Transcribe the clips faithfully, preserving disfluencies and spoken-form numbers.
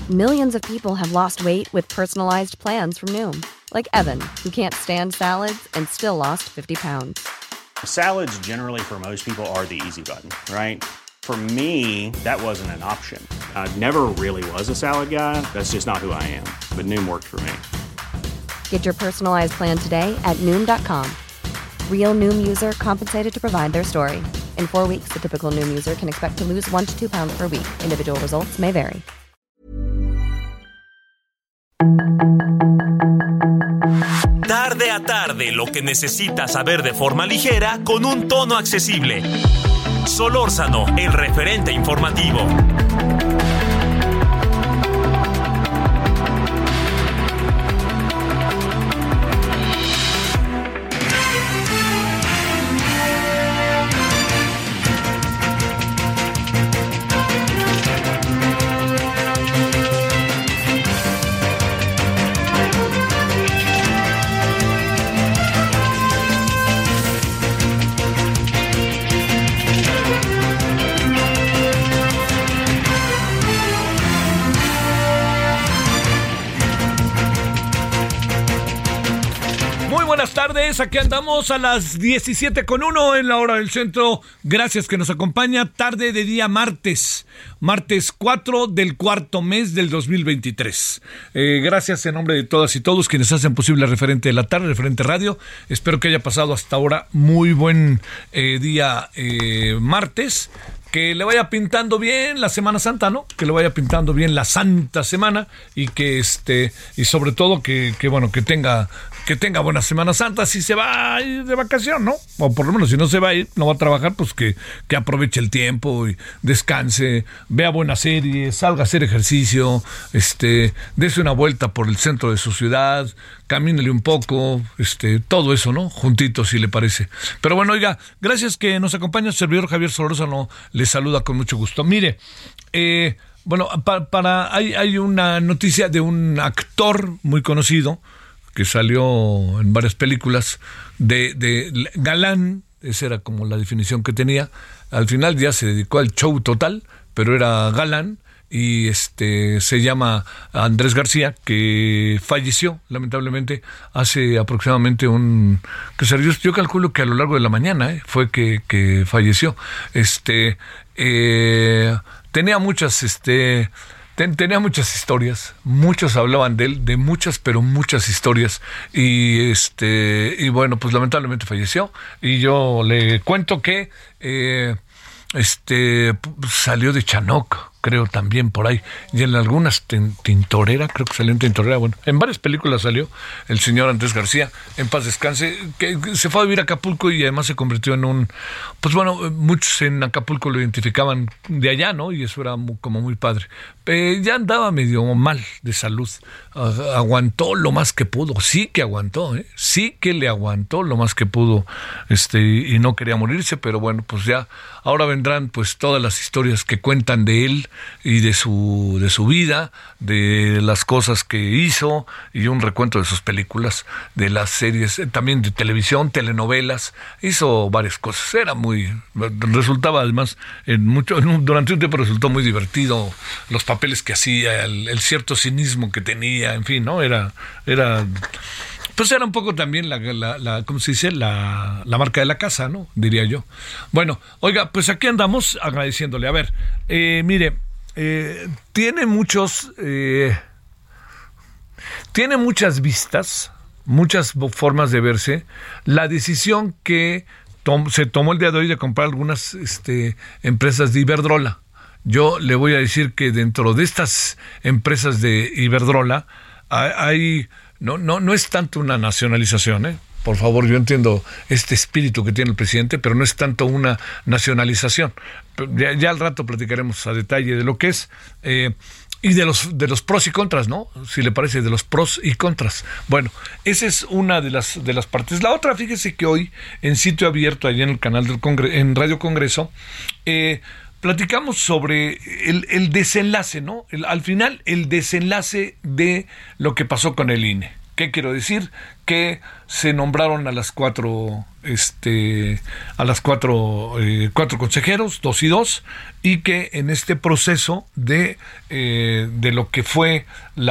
Millions of people have lost weight with personalized plans from Noom. Like Evan, who can't stand salads and still lost fifty pounds. Salads generally for most people are the easy button, right? For me, that wasn't an option. I never really was a salad guy. That's just not who I am. But Noom worked for me. Get your personalized plan today at Noom dot com. Real Noom user compensated to provide their story. In four weeks, the typical Noom user can expect to lose one to two pounds per week. Individual results may vary. Tarde a tarde, lo que necesitas saber de forma ligera con un tono accesible. Solórzano, el referente informativo. Buenas tardes, aquí andamos a las diecisiete con uno en la hora del centro. Gracias que nos acompaña. Tarde de día martes, martes cuatro del cuarto mes del dos mil veintitrés. Eh, gracias en nombre de todas y todos quienes hacen posible Referente de la Tarde, Referente Radio. Espero que haya pasado hasta ahora muy buen eh, día eh, martes. Que le vaya pintando bien la Semana Santa, ¿no? Que le vaya pintando bien la Santa Semana y que este y sobre todo que, que bueno que tenga que tenga buena Semana Santa. Si se va a ir de vacación, ¿no? O por lo menos si no se va a ir, no va a trabajar, pues que, que aproveche el tiempo y descanse, vea buenas series, salga a hacer ejercicio, este, dése una vuelta por el centro de su ciudad, camínele un poco, este, todo eso, ¿no? Juntito, si le parece. Pero bueno, oiga, gracias que nos acompaña. El servidor Javier Solórzano le saluda con mucho gusto. Mire, eh, bueno, para, para hay, hay una noticia de un actor muy conocido que salió en varias películas de, de galán, esa era como la definición que tenía. Al final ya se dedicó al show total, pero era galán. Y este se llama Andrés García, que falleció lamentablemente hace aproximadamente un que se, yo, yo calculo que a lo largo de la mañana eh, fue que, que falleció. Este eh, tenía muchas este ten, tenía muchas historias, muchos hablaban de él, de muchas pero muchas historias y este y bueno, pues lamentablemente falleció. Y yo le cuento que eh, este salió de Chanoc, creo también por ahí, y en algunas ten, Tintorera, creo que salió en Tintorera, bueno, en varias películas salió el señor Andrés García, en paz descanse, que se fue a vivir a Acapulco y además se convirtió en un, pues bueno, muchos en Acapulco lo identificaban de allá, ¿no? Y eso era muy, como muy padre. Eh, ya andaba medio mal de salud, uh, aguantó lo más que pudo, sí que aguantó, ¿eh? Sí que le aguantó lo más que pudo, este, y no quería morirse, pero bueno, pues ya, ahora vendrán pues todas las historias que cuentan de él, y de su de su vida, de las cosas que hizo y un recuento de sus películas, de las series, también de televisión, telenovelas, hizo varias cosas, era muy, resultaba además, en mucho, en un, durante un tiempo resultó muy divertido los papeles que hacía, el, el cierto cinismo que tenía, en fin, ¿no? Era, era pues era un poco también la, la, la ¿cómo se dice? La, la marca de la casa, ¿no? Diría yo. Bueno, oiga, pues aquí andamos agradeciéndole. A ver, eh, mire, eh, tiene muchos, eh, tiene muchas vistas, muchas formas de verse, la decisión que tom- se tomó el día de hoy de comprar algunas este, empresas de Iberdrola. Yo le voy a decir que dentro de estas empresas de Iberdrola hay... hay No, no, no es tanto una nacionalización, ¿eh? Por favor, yo entiendo este espíritu que tiene el presidente, pero no es tanto una nacionalización. Ya, ya al rato platicaremos a detalle de lo que es eh, y de los de los pros y contras, ¿no? Si le parece, de los pros y contras. Bueno, esa es una de las de las partes. La otra, fíjese que hoy en sitio abierto, allá en el canal del Congreso, en Radio Congreso, eh, platicamos sobre el, el desenlace, ¿no? El, al final, el desenlace de lo que pasó con el I N E. ¿Qué quiero decir? Que se nombraron a las cuatro, este, a las cuatro, eh, cuatro consejeros, dos y dos, y que en este proceso de, eh, de lo que fue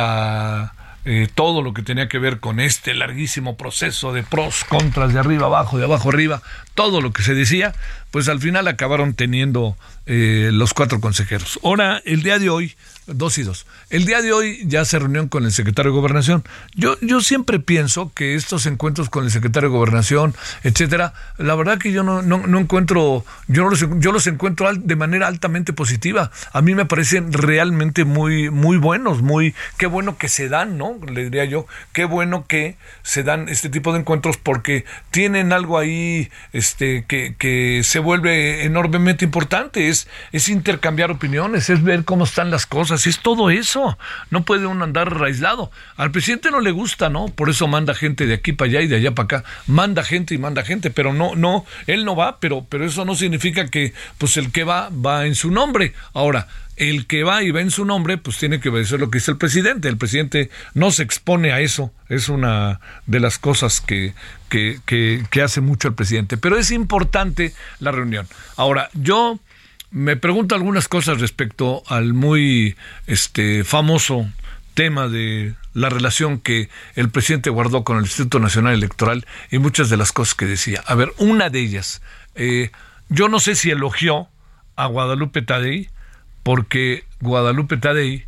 la eh, todo lo que tenía que ver con este larguísimo proceso de pros, contras, de arriba abajo, de abajo arriba, todo lo que se decía, pues al final acabaron teniendo eh, los cuatro consejeros. Ahora, el día de hoy, dos y dos. El día de hoy ya se reunió con el secretario de Gobernación. Yo, yo siempre pienso que estos encuentros con el secretario de Gobernación, etcétera, la verdad que yo no, no, no encuentro, yo, no los, yo los encuentro al, de manera altamente positiva. A mí me parecen realmente muy, muy buenos, muy, qué bueno que se dan, ¿no? Le diría yo, qué bueno que se dan este tipo de encuentros porque tienen algo ahí, este, que, que se vuelve enormemente importante. Es, es intercambiar opiniones, es ver cómo están las cosas, es todo eso. No puede uno andar aislado. Al presidente no le gusta, ¿no? Por eso manda gente de aquí para allá y de allá para acá. Manda gente y manda gente, pero no, no, él no va, pero, pero eso no significa que, pues el que va, va en su nombre. Ahora, el que va y va en su nombre, pues tiene que obedecer lo que dice el presidente. El presidente no se expone a eso. Es una de las cosas que, que, que, que hace mucho el presidente. Pero es importante la reunión. Ahora, yo me pregunto algunas cosas respecto al muy este famoso tema de la relación que el presidente guardó con el Instituto Nacional Electoral y muchas de las cosas que decía. A ver, una de ellas, eh, yo no sé si elogió a Guadalupe Tadei, porque Guadalupe Tadei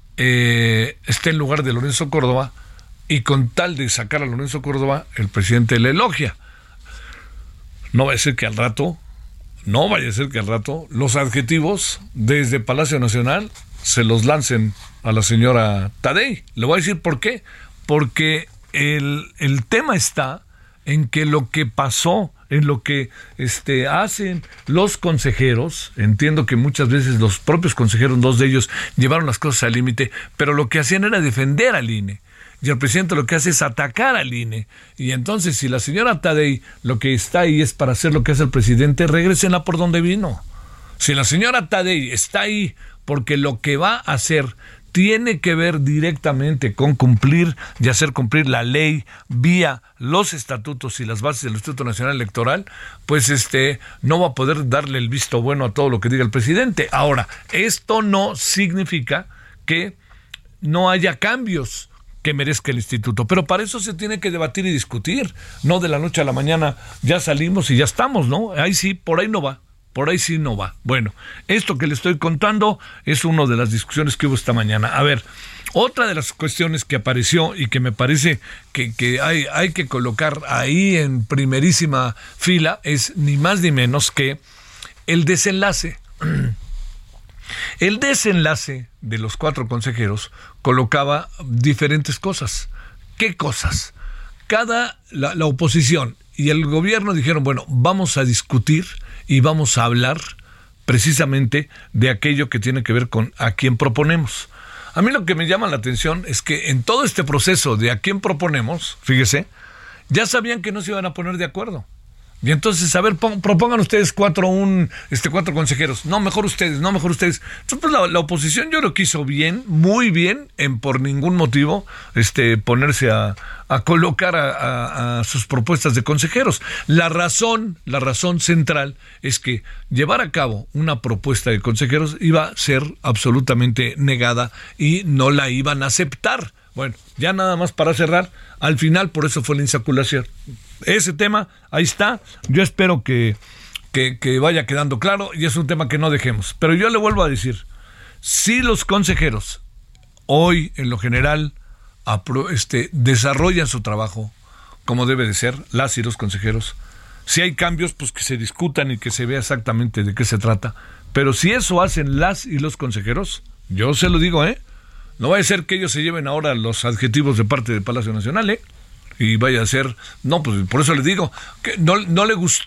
eh, está en lugar de Lorenzo Córdoba, y con tal de sacar a Lorenzo Córdoba, el presidente le elogia. No va a ser que al rato, no vaya a ser que al rato, los adjetivos desde Palacio Nacional se los lancen a la señora Tadei. Le voy a decir por qué. Porque el, el tema está en que lo que pasó, en lo que este, hacen los consejeros, entiendo que muchas veces los propios consejeros, dos de ellos, llevaron las cosas al límite, pero lo que hacían era defender al I N E. Y el presidente lo que hace es atacar al I N E. Y entonces, si la señora Tadei lo que está ahí es para hacer lo que hace el presidente, regrésenla por donde vino. Si la señora Tadei está ahí porque lo que va a hacer tiene que ver directamente con cumplir y hacer cumplir la ley vía los estatutos y las bases del Instituto Nacional Electoral, pues este no va a poder darle el visto bueno a todo lo que diga el presidente. Ahora, esto no significa que no haya cambios que merezca el instituto, pero para eso se tiene que debatir y discutir, no de la noche a la mañana ya salimos y ya estamos, ¿no? Ahí sí, por ahí no va. Por ahí sí no va. Bueno, esto que le estoy contando es una de las discusiones que hubo esta mañana. A ver, otra de las cuestiones que apareció y que me parece que, que hay, hay que colocar ahí en primerísima fila es ni más ni menos que el desenlace. El desenlace de los cuatro consejeros colocaba diferentes cosas. ¿Qué cosas? Cada, la, la oposición y el gobierno dijeron, bueno, vamos a discutir y vamos a hablar precisamente de aquello que tiene que ver con a quién proponemos. A mí lo que me llama la atención es que en todo este proceso de a quién proponemos, fíjese, ya sabían que no se iban a poner de acuerdo. Y entonces, a ver, pon, propongan ustedes cuatro un este cuatro consejeros. No, mejor ustedes, no, mejor ustedes. Entonces, pues, la, la oposición yo creo que hizo bien, muy bien, en por ningún motivo este ponerse a, a colocar a, a, a sus propuestas de consejeros. La razón, la razón central es que llevar a cabo una propuesta de consejeros iba a ser absolutamente negada y no la iban a aceptar. Bueno, ya nada más para cerrar, al final por eso fue la insaculación. Ese tema, ahí está, yo espero que, que, que vaya quedando claro y es un tema que no dejemos. Pero yo le vuelvo a decir, si los consejeros hoy en lo general apro- este, desarrollan su trabajo como debe de ser, las y los consejeros, si hay cambios, pues que se discutan y que se vea exactamente de qué se trata. Pero si eso hacen las y los consejeros, yo se lo digo, ¿eh? No vaya a ser que ellos se lleven ahora los adjetivos de parte del Palacio Nacional, ¿eh? Y vaya a ser, no, pues por eso les digo, que no, no le gustó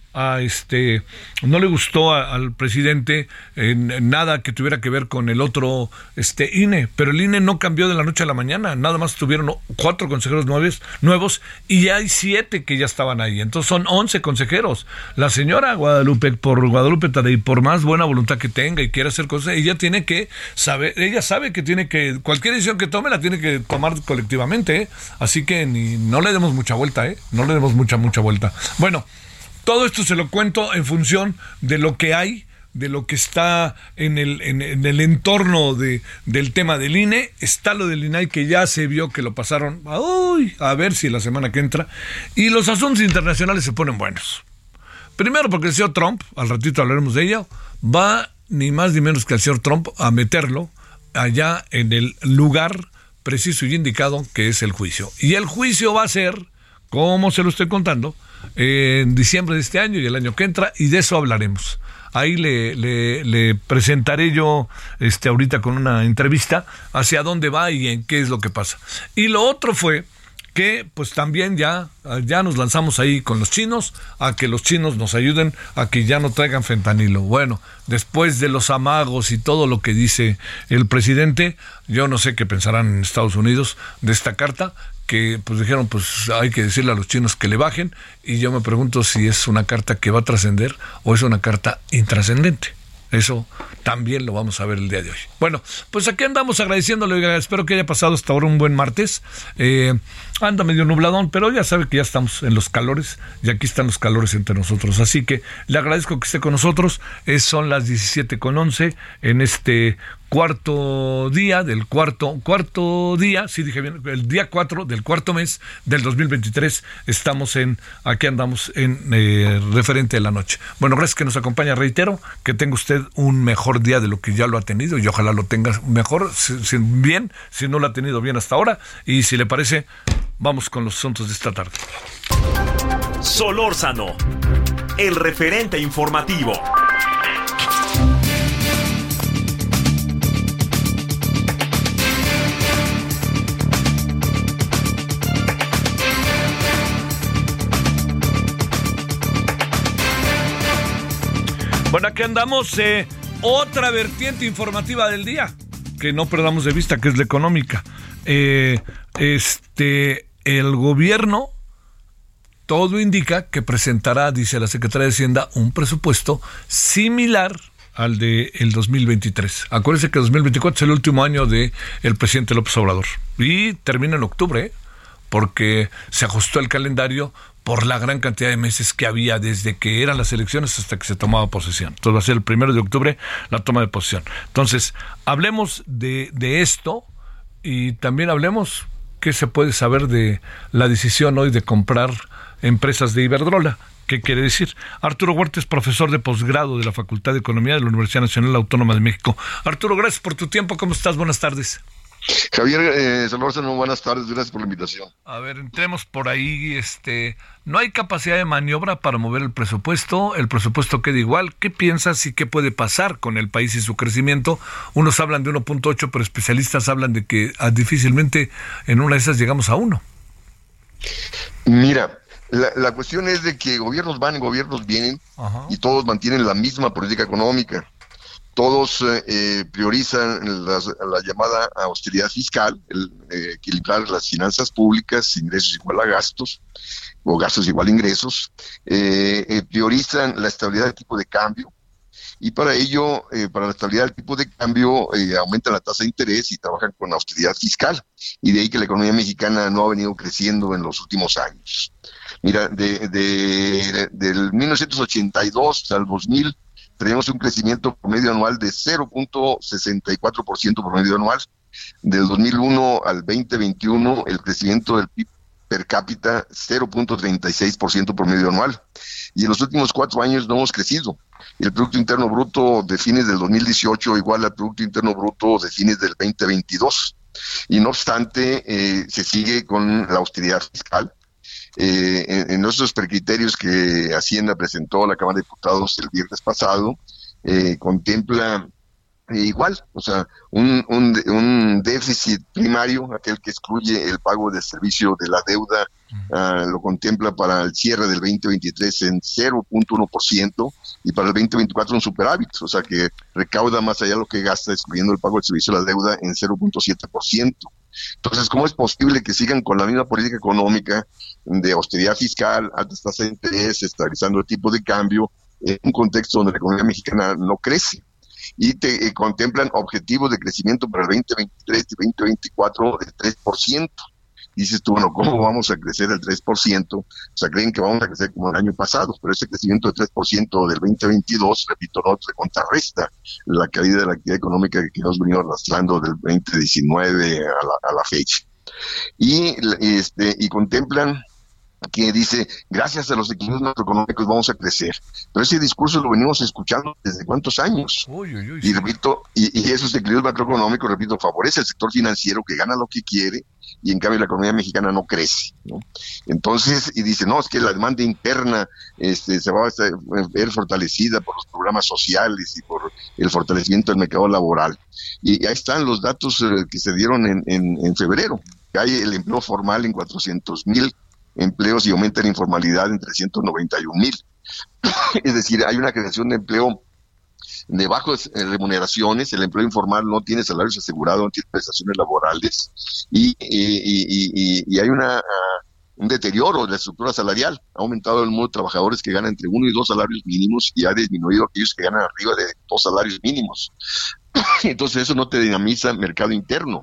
a este, no le gustó a, al presidente en, en nada que tuviera que ver con el otro este I N E, pero el I N E no cambió de la noche a la mañana, nada más tuvieron cuatro consejeros nuevos, nuevos y ya hay siete que ya estaban ahí, entonces son once consejeros. La señora Guadalupe, por Guadalupe Tadei, por más buena voluntad que tenga y quiera hacer cosas, ella tiene que saber, ella sabe que tiene que, cualquier decisión que tome la tiene que tomar colectivamente, ¿eh? Así que ni, no le demos mucha vuelta, ¿eh? No le demos mucha, mucha vuelta. Bueno, todo esto se lo cuento en función de lo que hay, de lo que está en el, en, en el entorno de, del tema del I N E. Está lo del I N A I, que ya se vio que lo pasaron, uy, a ver si la semana que entra. Y los asuntos internacionales se ponen buenos. Primero porque el señor Trump, al ratito hablaremos de ello, va ni más ni menos que el señor Trump a meterlo allá en el lugar preciso y indicado que es el juicio. Y el juicio va a ser, como se lo estoy contando, en diciembre de este año y el año que entra, y de eso hablaremos. Ahí le, le, le presentaré yo este ahorita con una entrevista hacia dónde va y en qué es lo que pasa. Y lo otro fue que pues también ya, ya nos lanzamos ahí con los chinos a que los chinos nos ayuden a que ya no traigan fentanilo. Bueno, después de los amagos y todo lo que dice el presidente, yo no sé qué pensarán en Estados Unidos de esta carta, que pues dijeron, pues hay que decirle a los chinos que le bajen, y yo me pregunto si es una carta que va a trascender o es una carta intrascendente. Eso también lo vamos a ver el día de hoy. Bueno, pues aquí andamos agradeciéndole, espero que haya pasado hasta ahora un buen martes. Eh, anda medio nubladón, pero ya sabe que ya estamos en los calores, y aquí están los calores entre nosotros. Así que le agradezco que esté con nosotros. Es, son las diecisiete con once en este cuarto día del cuarto, cuarto día, sí dije bien, el día cuatro del cuarto mes del dos mil veintitrés, estamos en, aquí andamos en eh, referente de la noche. Bueno, gracias que nos acompaña, reitero, que tenga usted un mejor día de lo que ya lo ha tenido, y ojalá lo tenga mejor, si, si, bien, si no lo ha tenido bien hasta ahora, y si le parece, vamos con los asuntos de esta tarde. Solórzano, el referente informativo. Bueno, aquí andamos, eh, otra vertiente informativa del día, que no perdamos de vista, que es la económica. Eh, este, el gobierno, todo indica que presentará, dice la Secretaría de Hacienda, un presupuesto similar al de el dos mil veintitrés. Acuérdense que dos mil veinticuatro es el último año de el presidente López Obrador, y termina en octubre, ¿eh? Porque se ajustó el calendario por la gran cantidad de meses que había desde que eran las elecciones hasta que se tomaba posesión. Entonces va a ser el primero de octubre la toma de posesión. Entonces, hablemos de, de esto, y también hablemos qué se puede saber de la decisión hoy de comprar empresas de Iberdrola. ¿Qué quiere decir? Arturo Huerta es profesor de posgrado de la Facultad de Economía de la Universidad Nacional Autónoma de México. Arturo, gracias por tu tiempo. ¿Cómo estás? Buenas tardes. Javier eh, Solórzano, buenas tardes, gracias por la invitación. A ver, entremos por ahí. Este, no hay capacidad de maniobra para mover el presupuesto, el presupuesto queda igual. ¿Qué piensas y qué puede pasar con el país y su crecimiento? Unos hablan de uno punto ocho, pero especialistas hablan de que ah, difícilmente en una de esas llegamos a uno. Mira, la, la cuestión es de que gobiernos van y gobiernos vienen. Ajá. Y todos mantienen la misma política económica. Todos eh, priorizan la, la llamada austeridad fiscal, el eh, equilibrar las finanzas públicas, ingresos igual a gastos, o gastos igual a ingresos, eh, eh, priorizan la estabilidad del tipo de cambio, y para ello, eh, para la estabilidad del tipo de cambio, eh, aumentan la tasa de interés y trabajan con austeridad fiscal, y de ahí que la economía mexicana no ha venido creciendo en los últimos años. Mira, de, de, del mil novecientos ochenta y dos al dos mil, tenemos un crecimiento promedio anual de cero punto sesenta y cuatro por ciento promedio anual. Del dos mil uno al veinte veintiuno, el crecimiento del P I B per cápita, cero punto treinta y seis por ciento promedio anual. Y en los últimos cuatro años no hemos crecido. El Producto Interno Bruto de fines del dos mil dieciocho igual al Producto Interno Bruto de fines del veinte veintidós. Y no obstante, eh, se sigue con la austeridad fiscal. Eh, en, en nuestros precriterios que Hacienda presentó a la Cámara de Diputados el viernes pasado, eh, contempla eh, igual, o sea, un, un, un déficit primario, aquel que excluye el pago del servicio de la deuda, uh, lo contempla para el cierre del veinte veintitrés en cero punto uno por ciento y para el veinte veinticuatro un superávit, o sea que recauda más allá de lo que gasta, excluyendo el pago del servicio de la deuda en cero punto siete por ciento. Entonces, ¿cómo es posible que sigan con la misma política económica de austeridad fiscal, altas tasas de interés, estabilizando el tipo de cambio, en un contexto donde la economía mexicana no crece? Y te eh, contemplan objetivos de crecimiento para el veinte veintitrés y veinte veinticuatro de tres por ciento. Dices tú, bueno, ¿cómo vamos a crecer el tres por ciento? O sea, creen que vamos a crecer como el año pasado, pero ese crecimiento de tres por ciento del veinte veintidós, repito, no se contrarresta la caída de la actividad económica que hemos venido arrastrando del veinte diecinueve a la, a la fecha. Y, este, y contemplan que dice, gracias a los equilibrios macroeconómicos vamos a crecer. Pero ese discurso lo venimos escuchando desde cuántos años. Uy, uy, uy, y repito, y, y esos equilibrios macroeconómicos, repito, favorece al sector financiero que gana lo que quiere y en cambio la economía mexicana no crece, ¿no? Entonces, y dice, no, es que la demanda interna este, se va a ver fortalecida por los programas sociales y por el fortalecimiento del mercado laboral. Y ahí están los datos eh, que se dieron en, en, en febrero. Hay el empleo formal en cuatrocientos mil empleos y aumenta la informalidad en trescientos noventa y un mil. Es decir, hay una creación de empleo de bajas remuneraciones, el empleo informal no tiene salarios asegurados, no tiene prestaciones laborales, y, y, y, y hay una uh, un deterioro de la estructura salarial. Ha aumentado el número de trabajadores que ganan entre uno y dos salarios mínimos y ha disminuido aquellos que ganan arriba de dos salarios mínimos. Entonces eso no te dinamiza el mercado interno.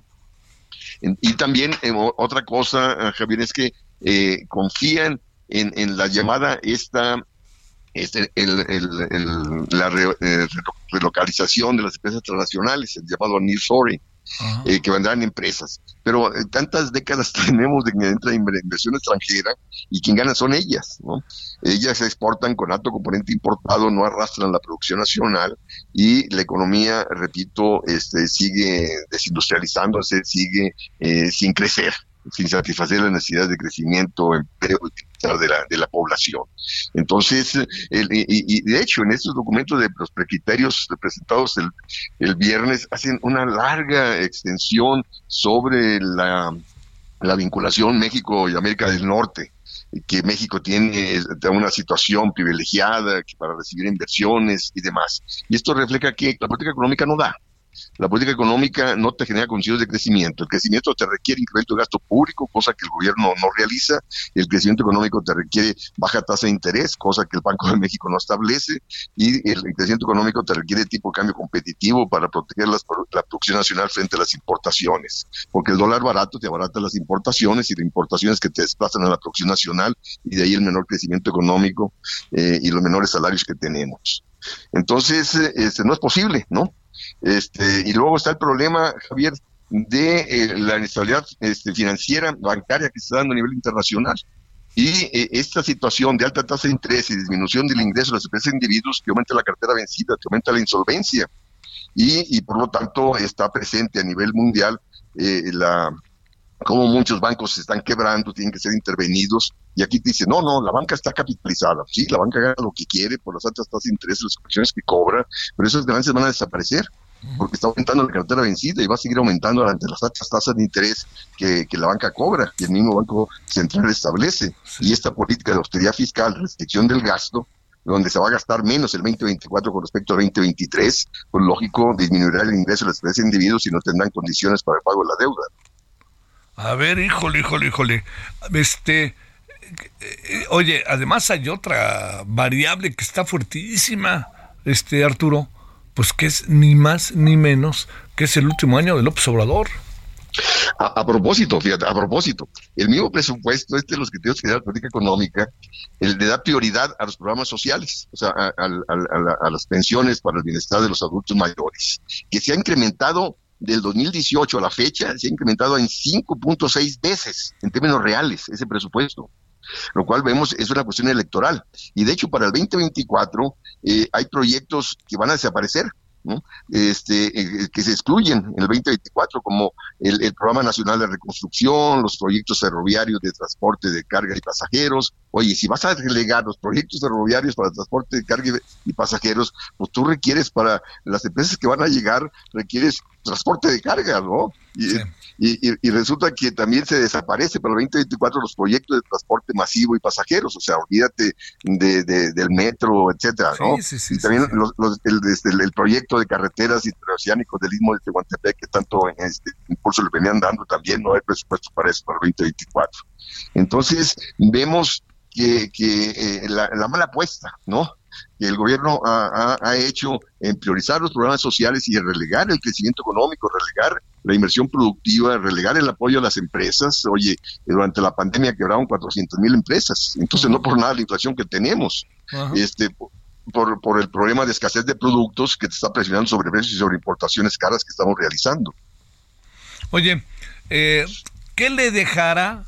Y también eh, otra cosa, Javier, es que eh, confían en, en la llamada esta, este, el, el, el, la re, eh, relocalización de las empresas transnacionales, el llamado nearshoring, eh, que vendrán empresas. Pero eh, tantas décadas tenemos de que entra inversión extranjera y quien gana son ellas, ¿no? Ellas se exportan con alto componente importado, no arrastran la producción nacional y la economía, repito, este sigue desindustrializándose, sigue eh, sin crecer, sin satisfacer las necesidades de crecimiento, empleo de la, de la población. Entonces, el, y, y de hecho, en estos documentos de los precriterios presentados el, el viernes, hacen una larga extensión sobre la, la vinculación México y América del Norte, que México tiene una situación privilegiada para recibir inversiones y demás. Y esto refleja que la política económica no da. La política económica no te genera condiciones de crecimiento. El crecimiento te requiere incremento de gasto público, cosa que el gobierno no realiza. El crecimiento económico te requiere baja tasa de interés, cosa que el Banco de México no establece. Y el crecimiento económico te requiere tipo de cambio competitivo para proteger las, la producción nacional frente a las importaciones. Porque el dólar barato te abarata las importaciones y las importaciones que te desplazan a la producción nacional y de ahí el menor crecimiento económico eh, y los menores salarios que tenemos. Entonces, este, no es posible, ¿no? Este, y luego está el problema, Javier, de eh, la inestabilidad este, financiera, bancaria que se está dando a nivel internacional. Y eh, esta situación de alta tasa de interés y disminución del ingreso de las empresas e individuos que aumenta la cartera vencida, que aumenta la insolvencia. Y, y por lo tanto está presente a nivel mundial eh, la como muchos bancos se están quebrando, tienen que ser intervenidos, y aquí te dicen, no, no, la banca está capitalizada, sí, la banca gana lo que quiere por las altas tasas de interés, las comisiones que cobra, pero esas ganancias van a desaparecer, porque está aumentando la cartera vencida y va a seguir aumentando ante las altas tasas de interés que, que la banca cobra, y el mismo Banco Central establece, y esta política de austeridad fiscal, restricción del gasto, donde se va a gastar menos el veinte veinticuatro con respecto al veinte veintitrés, pues lógico, disminuirá el ingreso de las empresas e individuos y no tendrán condiciones para el pago de la deuda. A ver, híjole, híjole, híjole. Este, eh, oye, además hay otra variable que está fuertísima, este, Arturo, pues que es ni más ni menos que es el último año de López Obrador. A, a propósito, fíjate, a propósito, el mismo presupuesto, este de los criterios generales de política económica, el le da prioridad a los programas sociales, o sea, a, a, a, a, la, a las pensiones para el bienestar de los adultos mayores, que se ha incrementado del dos mil dieciocho a la fecha, se ha incrementado en cinco punto seis veces en términos reales ese presupuesto, lo cual vemos es una cuestión electoral. Y de hecho para el veinte veinticuatro eh, hay proyectos que van a desaparecer, ¿no? Este, eh, que se excluyen en el veinte veinticuatro, como el, el Programa Nacional de Reconstrucción, los proyectos ferroviarios de transporte de carga y pasajeros. Oye, si vas a relegar los proyectos ferroviarios para transporte de carga y pasajeros, pues tú requieres para las empresas que van a llegar, requieres transporte de carga, ¿no? Y, sí. y, y, y resulta que también se desaparece para el veinte veinticuatro los proyectos de transporte masivo y pasajeros, o sea, olvídate de, de, del metro, etcétera, sí, ¿no? Sí, sí, y también sí, sí. Los, los, el, el, el proyecto de carreteras interoceánicos del Istmo de Tehuantepec, que tanto en este impulso le venían dando, también no hay presupuesto para eso para el veinte veinticuatro. Entonces, vemos que, que eh, la, la mala apuesta, ¿no?, que el gobierno ha, ha, ha hecho en priorizar los programas sociales y en relegar el crecimiento económico, relegar la inversión productiva, relegar el apoyo a las empresas. Oye, durante la pandemia quebraron cuatrocientas mil empresas, entonces uh-huh. no por nada la inflación que tenemos, uh-huh. este por, por el problema de escasez de productos que te está presionando sobre precios y sobre importaciones caras que estamos realizando. Oye, eh, ¿qué le dejará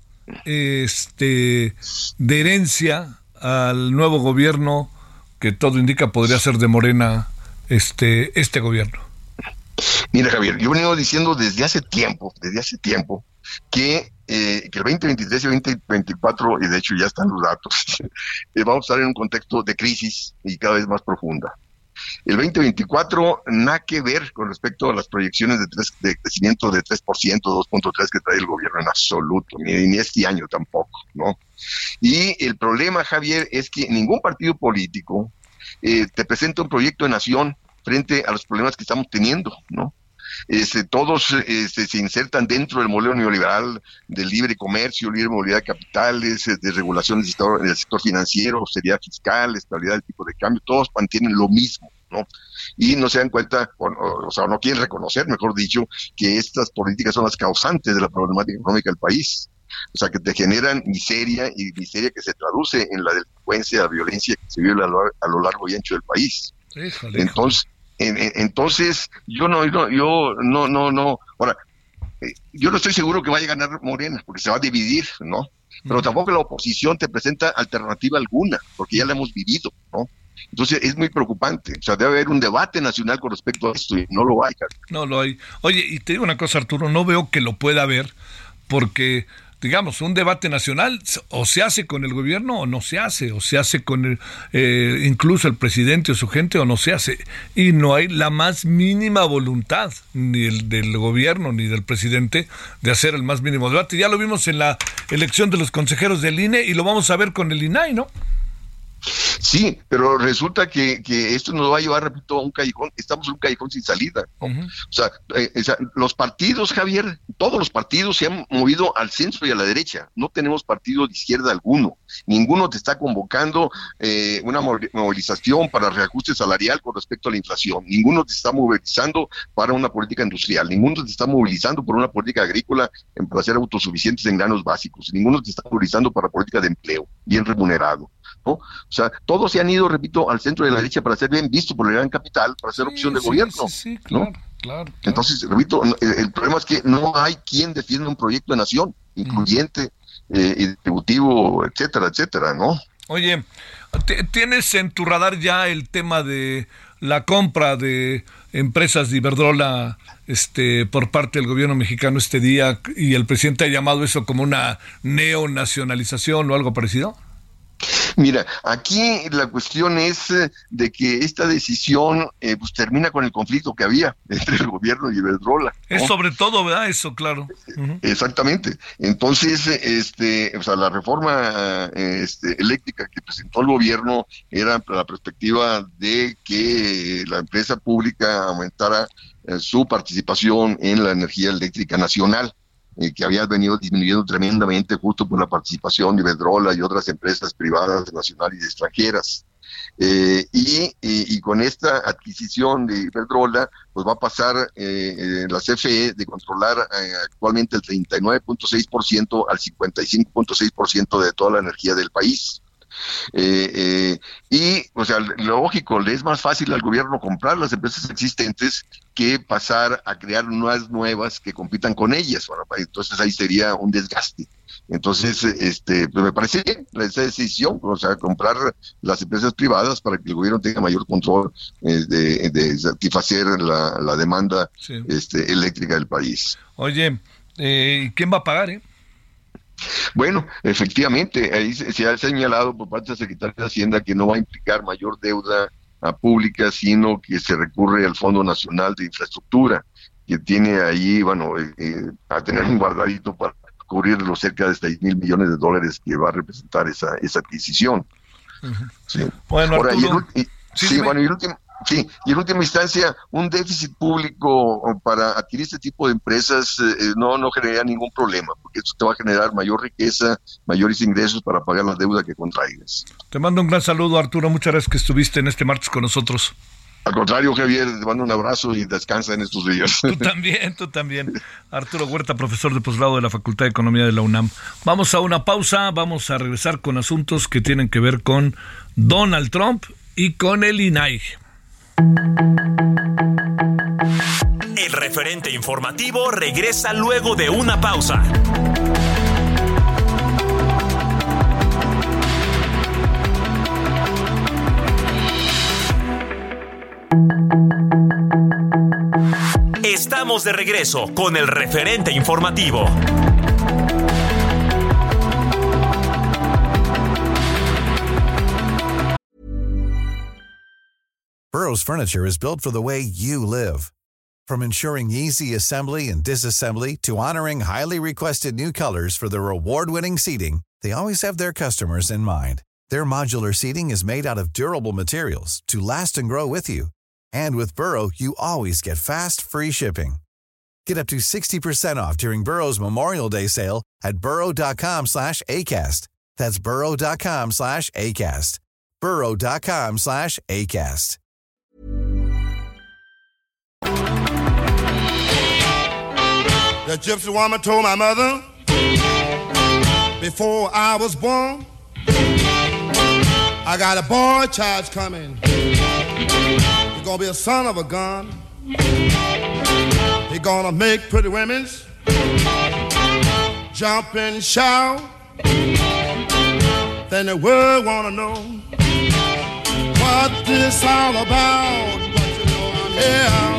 este de herencia al nuevo gobierno, que todo indica podría ser de Morena, este este gobierno? Mira, Javier, yo he venido diciendo desde hace tiempo, desde hace tiempo, que, eh, que el veinte veintitrés y veinte veinticuatro, y de hecho ya están los datos, eh, vamos a estar en un contexto de crisis y cada vez más profunda. El veinte veinticuatro, nada que ver con respecto a las proyecciones de, tres, de crecimiento de tres por ciento, dos punto tres por ciento que trae el gobierno en absoluto, ni, ni este año tampoco, ¿no? Y el problema, Javier, es que ningún partido político eh, te presenta un proyecto de nación frente a los problemas que estamos teniendo, ¿no? Este, todos este, se insertan dentro del modelo neoliberal del libre comercio, libre movilidad de capitales, de regulación del sector, del sector financiero, austeridad fiscal, estabilidad del tipo de cambio, todos mantienen lo mismo, ¿no? Y no se dan cuenta, o, o, o sea, no quieren reconocer, mejor dicho, que estas políticas son las causantes de la problemática económica del país. O sea, que te generan miseria, y miseria que se traduce en la delincuencia, la violencia que se vive a lo, a lo largo y ancho del país. Híjole, Entonces, en, en, entonces yo no, yo, yo no, no, no. Ahora, eh, yo no estoy seguro que vaya a ganar Morena, porque se va a dividir, ¿no? Pero tampoco la oposición te presenta alternativa alguna, porque ya la hemos vivido, ¿no? Entonces es muy preocupante. O sea, debe haber un debate nacional con respecto a esto, y no lo hay, Carlos. No lo hay. Oye, y te digo una cosa, Arturo, no veo que lo pueda haber, porque, digamos, un debate nacional o se hace con el gobierno o no se hace, o se hace con el, eh, incluso el presidente o su gente, o no se hace, y no hay la más mínima voluntad ni el del gobierno ni del presidente de hacer el más mínimo debate. Ya lo vimos en la elección de los consejeros del I N E y lo vamos a ver con el I N A I, ¿no? Sí, pero resulta que, que esto nos va a llevar, repito, a un callejón. Estamos en un callejón sin salida, ¿no? Uh-huh. O sea, eh, o sea, los partidos, Javier, todos los partidos se han movido al centro y a la derecha. No tenemos partido de izquierda alguno. Ninguno te está convocando eh, una movilización para reajuste salarial con respecto a la inflación. Ninguno te está movilizando para una política industrial. Ninguno te está movilizando por una política agrícola en, para ser autosuficientes en granos básicos. Ninguno te está movilizando para política de empleo bien remunerado, ¿no? O sea, todos se han ido, repito, al centro de la derecha para ser bien vistos por el gran capital, para ser sí, opción de sí, gobierno. Sí, sí, claro, ¿no? claro, claro. Entonces, repito, el, el problema es que no hay quien defienda un proyecto de nación, incluyente, mm. eh, distributivo, etcétera, etcétera, ¿no? Oye, ¿tienes en tu radar ya el tema de la compra de empresas de Iberdrola este, por parte del gobierno mexicano este día, y el presidente ha llamado eso como una neonacionalización o algo parecido? Mira, aquí la cuestión es de que esta decisión eh, pues termina con el conflicto que había entre el gobierno y Iberdrola, ¿no? Es sobre todo, ¿verdad? Eso, claro. Uh-huh. Exactamente. Entonces, este, o sea, la reforma este, eléctrica que presentó el gobierno era la perspectiva de que la empresa pública aumentara eh, su participación en la energía eléctrica nacional, Eh, que había venido disminuyendo tremendamente justo por la participación de Iberdrola y otras empresas privadas nacionales y extranjeras. Eh, y, y, y con esta adquisición de Iberdrola, pues va a pasar eh, eh, la C F E de controlar eh, actualmente el treinta y nueve punto seis por ciento al cincuenta y cinco punto seis por ciento de toda la energía del país. Eh, eh, y, o sea, lógico, le es más fácil al gobierno comprar las empresas existentes que pasar a crear nuevas nuevas que compitan con ellas. Bueno, entonces ahí sería un desgaste. Entonces, este, pues me parece bien esa decisión, o sea, comprar las empresas privadas para que el gobierno tenga mayor control eh, de, de satisfacer la, la demanda sí. este, eléctrica del país. Oye, eh, ¿quién va a pagar, eh? Bueno, efectivamente, ahí se, se ha señalado por parte del secretario de Hacienda que no va a implicar mayor deuda a pública, sino que se recurre al Fondo Nacional de Infraestructura, que tiene ahí, bueno, eh, eh, a tener un guardadito para cubrir los cerca de seis mil millones de dólares que va a representar esa, esa adquisición. Uh-huh. Sí. Bueno, Ahora, Arturo, y el, y, sí, sí bueno, y el último... Sí, y en última instancia, un déficit público para adquirir este tipo de empresas eh, no, no genera ningún problema, porque eso te va a generar mayor riqueza, mayores ingresos para pagar la deuda que contraigas. Te mando un gran saludo, Arturo. Muchas gracias que estuviste en este martes con nosotros. Al contrario, Javier, te mando un abrazo y descansa en estos días. Tú también, tú también. Arturo Huerta, profesor de posgrado de la Facultad de Economía de la UNAM. Vamos a una pausa, vamos a regresar con asuntos que tienen que ver con Donald Trump y con el I N A I. El referente informativo regresa luego de una pausa. Estamos de regreso con el referente informativo. Burrow's furniture is built for the way you live. From ensuring easy assembly and disassembly to honoring highly requested new colors for their award-winning seating, they always have their customers in mind. Their modular seating is made out of durable materials to last and grow with you. And with Burrow, you always get fast, free shipping. Get up to sixty percent off during Burrow's Memorial Day sale at burrow.com slash ACAST. That's burrow.com slash ACAST. burrow.com slash ACAST. The gypsy woman told my mother before I was born, I got a boy child coming. He's gonna be a son of a gun. He's gonna make pretty women jump and shout. Then the world wanna know what this all about. What you doing here?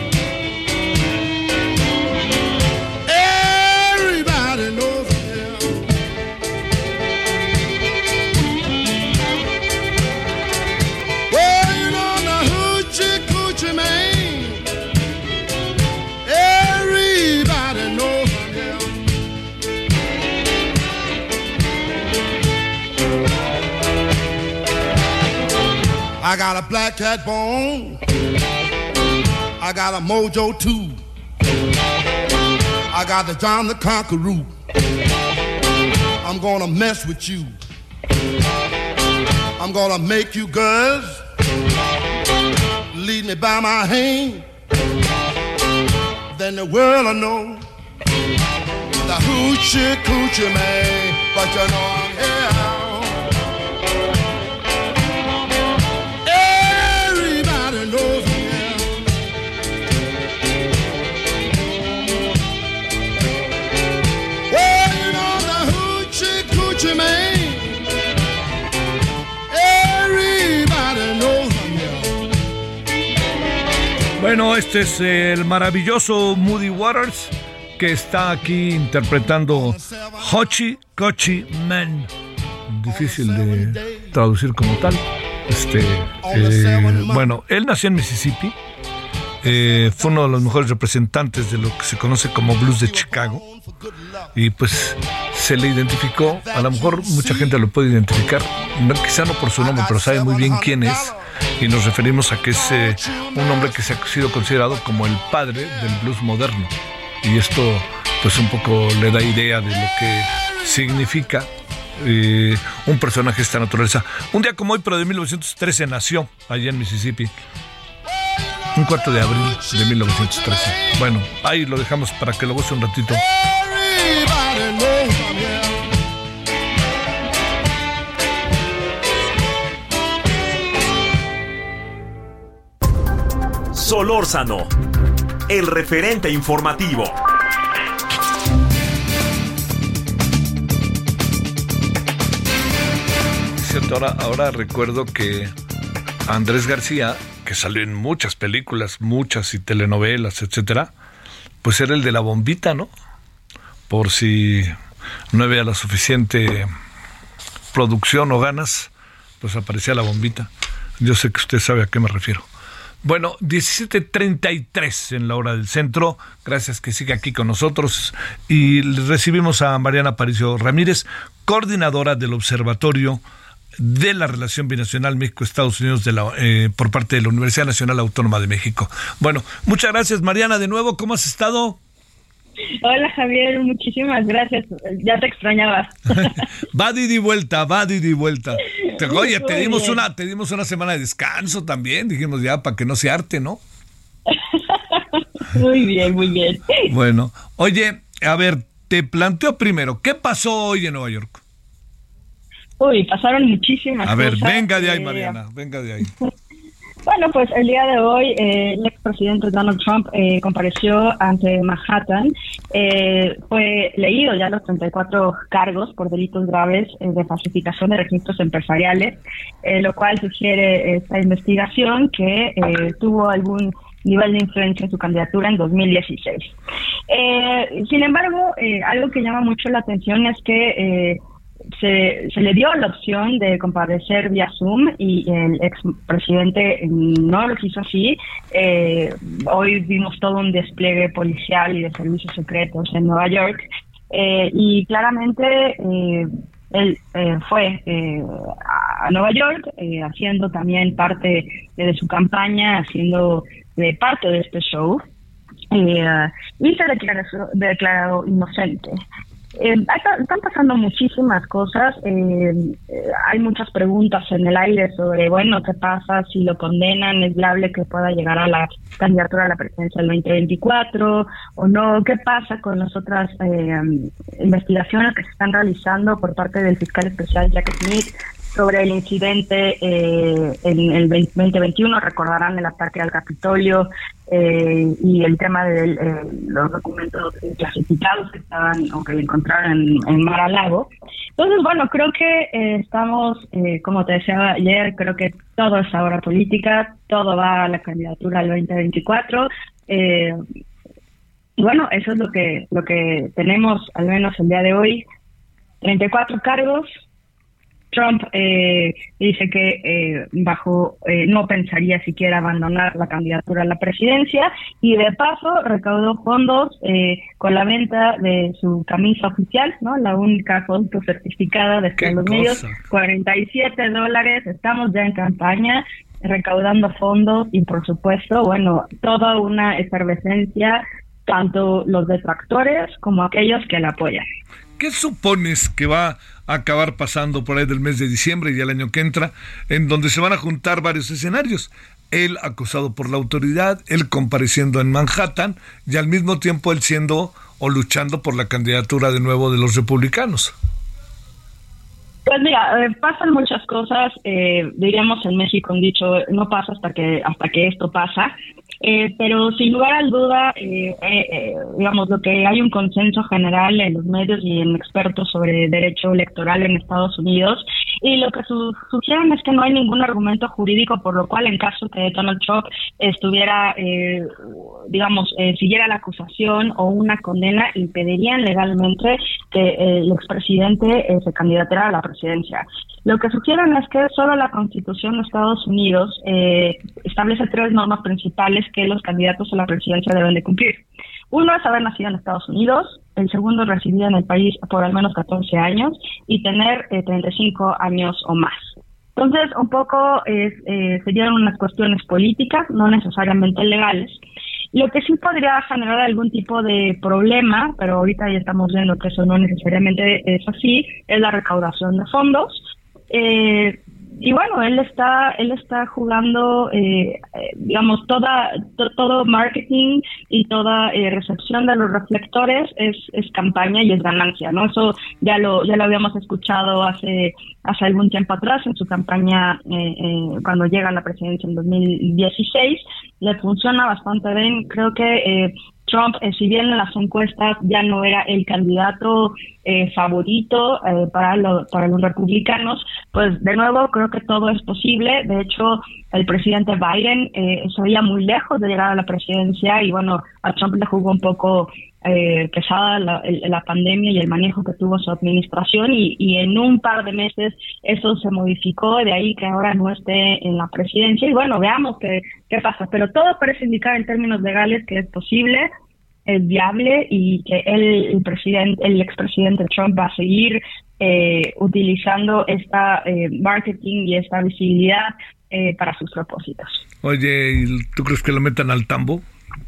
I got a black cat bone. I got a mojo too. I got the John the Conqueror. I'm gonna mess with you. I'm gonna make you girls lead me by my hand. Then the world will know the hoochie coochie man. But you know I'm here. Bueno, este es el maravilloso Muddy Waters, que está aquí interpretando Hoochie Coochie Man. Difícil de traducir como tal. Este, eh, bueno, él nació en Mississippi. Eh, fue uno de los mejores representantes de lo que se conoce como blues de Chicago. Y pues se le identificó, a lo mejor mucha gente lo puede identificar, no, quizá no por su nombre, pero sabe muy bien quién es. Y nos referimos a que es eh, un hombre que se ha sido considerado como el padre del blues moderno. Y esto pues un poco le da idea de lo que significa eh, un personaje de esta naturaleza. Un día como hoy, pero de mil novecientos trece, nació allá en Mississippi. Un cuatro de abril de mil novecientos trece. Bueno, ahí lo dejamos para que lo goce un ratito. Solórzano, el referente informativo. Cierto, ahora, ahora recuerdo que Andrés García, que salió en muchas películas, muchas y telenovelas, etcétera, pues era el de la bombita, ¿no? Por si no había la suficiente producción o ganas, pues aparecía la bombita. Yo sé que usted sabe a qué me refiero. Bueno, diecisiete treinta y tres en la hora del centro. Gracias que siga aquí con nosotros. Y recibimos a Mariana Aparicio Ramírez, coordinadora del Observatorio de la Relación Binacional México-Estados Unidos de la, eh, por parte de la Universidad Nacional Autónoma de México. Bueno, muchas gracias, Mariana, de nuevo. ¿Cómo has estado? Hola, Javier, muchísimas gracias. Ya te extrañaba. Va de ida y vuelta, va de ida y vuelta. Te, oye, te Muy dimos bien. una, te dimos una semana de descanso también. Dijimos ya, para que no se arte, ¿no? Muy bien, muy bien. Bueno, oye, a ver, te planteo primero, ¿qué pasó hoy en Nueva York? Uy, pasaron muchísimas A ver, cosas. venga de ahí, Eh, Mariana, venga de ahí. Bueno, pues el día de hoy eh, el expresidente Donald Trump eh, compareció ante Manhattan. Eh, fue leído ya los treinta y cuatro cargos por delitos graves eh, de falsificación de registros empresariales, eh, lo cual sugiere esta investigación que eh, tuvo algún nivel de influencia en su candidatura en dos mil dieciséis. Eh, sin embargo, eh, algo que llama mucho la atención es que eh, Se, se le dio la opción de comparecer vía Zoom y el expresidente no lo hizo así. Eh, hoy vimos todo un despliegue policial y de servicios secretos en Nueva York eh, y claramente eh, él eh, fue eh, a Nueva York eh, haciendo también parte de su campaña, haciendo de parte de este show eh, y se declaró, declaró inocente. Eh, están pasando muchísimas cosas, eh, eh, hay muchas preguntas en el aire sobre, bueno, ¿qué pasa si lo condenan? ¿Es viable que pueda llegar a la candidatura a la presidencia del veinte veinticuatro o no? ¿Qué pasa con las otras eh, investigaciones que se están realizando por parte del fiscal especial Jack Smith sobre el incidente eh, en el veinte veintiuno? Recordarán el ataque al Capitolio eh, y el tema de eh, los documentos clasificados que estaban o que encontraron en, en Mar-a-Lago. Entonces, bueno, creo que eh, estamos, eh, como te decía ayer, creo que todo es ahora política, todo va a la candidatura al veinte veinticuatro. Eh, y bueno, eso es lo que, lo que tenemos, al menos el día de hoy. treinta y cuatro cargos. Trump eh, dice que eh, bajo eh, no pensaría siquiera abandonar la candidatura a la presidencia y de paso recaudó fondos eh, con la venta de su camisa oficial, ¿no? La única foto certificada de Estados Unidos, cuarenta y siete dólares. Estamos ya en campaña recaudando fondos y por supuesto, bueno, toda una efervescencia, tanto los detractores como aquellos que la apoyan. ¿Qué supones que va a acabar pasando por ahí del mes de diciembre y el año que entra, en donde se van a juntar varios escenarios? Él acusado por la autoridad, él compareciendo en Manhattan y al mismo tiempo él siendo o luchando por la candidatura de nuevo de los republicanos. Pues mira, eh, pasan muchas cosas, eh, diríamos en México un dicho, no pasa hasta que hasta que esto pasa, eh, pero sin lugar a duda, eh, eh, eh, digamos, lo que hay un consenso general en los medios y en expertos sobre derecho electoral en Estados Unidos, y lo que su, sugieren es que no hay ningún argumento jurídico por lo cual en caso que Donald Trump estuviera, eh, digamos, eh, siguiera la acusación o una condena, impedirían legalmente que eh, el expresidente eh, se candidatara a la presidencia. Lo que sugieren es que solo la Constitución de Estados Unidos eh, establece tres normas principales que los candidatos a la presidencia deben de cumplir. Uno es haber nacido en Estados Unidos, el segundo es residir en el país por al menos catorce años y tener eh, treinta y cinco años o más. Entonces, un poco es, eh, serían unas cuestiones políticas, no necesariamente legales. Lo que sí podría generar algún tipo de problema, pero ahorita ya estamos viendo que eso no necesariamente es así, es la recaudación de fondos. Eh, y bueno, él está él está jugando, eh, eh, digamos, toda to, todo marketing y toda eh, recepción de los reflectores es, es campaña y es ganancia, ¿no? Eso ya lo ya lo habíamos escuchado hace hace algún tiempo atrás en su campaña eh, eh, cuando llega a la presidencia en dos mil dieciséis. Le funciona bastante bien. Creo que eh, Trump, eh, si bien en las encuestas ya no era el candidato eh, favorito eh, para, lo, para los republicanos, pues de nuevo creo que todo es posible. De hecho, el presidente Biden eh, se veía muy lejos de llegar a la presidencia y bueno, a Trump le jugó un poco eh, pesada la, la pandemia y el manejo que tuvo su administración y, y en un par de meses eso se modificó, de ahí que ahora no esté en la presidencia y bueno, veamos qué, qué pasa, pero todo parece indicar en términos legales que es posible, es viable y que él, el presidente, el expresidente Trump va a seguir eh, utilizando esta eh, marketing y esta visibilidad eh, para sus propósitos. Oye, ¿tú crees que lo metan al tambo?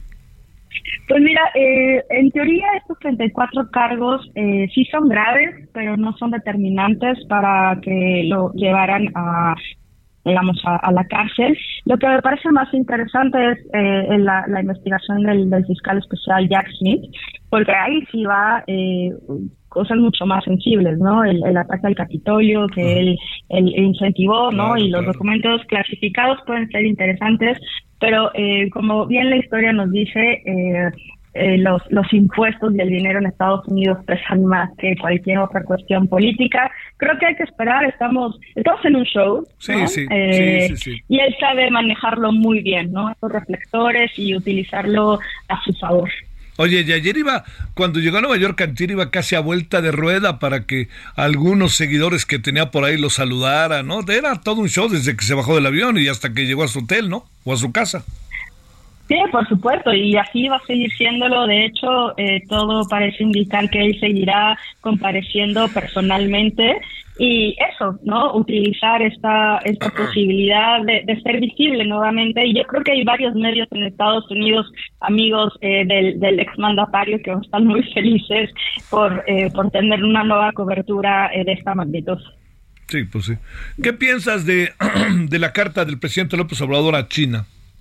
Pues mira, eh, en teoría estos treinta y cuatro cargos eh, sí son graves, pero no son determinantes para que lo llevaran a digamos, a, a la cárcel. Lo que me parece más interesante es eh, la, la investigación del, del fiscal especial Jack Smith, porque ahí sí va eh, cosas mucho más sensibles, ¿no? El, el ataque al Capitolio que él, él incentivó, ¿no? Claro, y los claro. documentos clasificados pueden ser interesantes, pero eh, como bien la historia nos dice, eh, Eh, los, los impuestos y el dinero en Estados Unidos pesan más que cualquier otra cuestión política. Creo que hay que esperar, estamos estamos en un show, sí, ¿no? sí, eh, sí, sí, sí. Y él sabe manejarlo muy bien, ¿no? Estos reflectores y utilizarlo a su favor. Oye, y ayer iba, cuando llegó a Nueva York, antier iba casi a vuelta de rueda para que algunos seguidores que tenía por ahí lo saludaran, ¿no? Era todo un show desde que se bajó del avión y hasta que llegó a su hotel, ¿no? O a su casa. Sí, por supuesto, y así va a seguir siéndolo. De hecho, eh, todo parece indicar que él seguirá compareciendo personalmente y eso, ¿no? Utilizar esta esta posibilidad de, de ser visible nuevamente. Y yo creo que hay varios medios en Estados Unidos, amigos eh, del, del exmandatario, que están muy felices por, eh, por tener una nueva cobertura eh, de esta magnitud. Sí, pues sí. ¿Qué piensas de, de la carta del presidente López Obrador a China?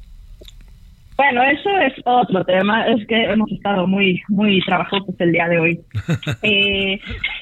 Bueno, eso es otro tema, es que hemos estado muy muy trabajosos el día de hoy. eh,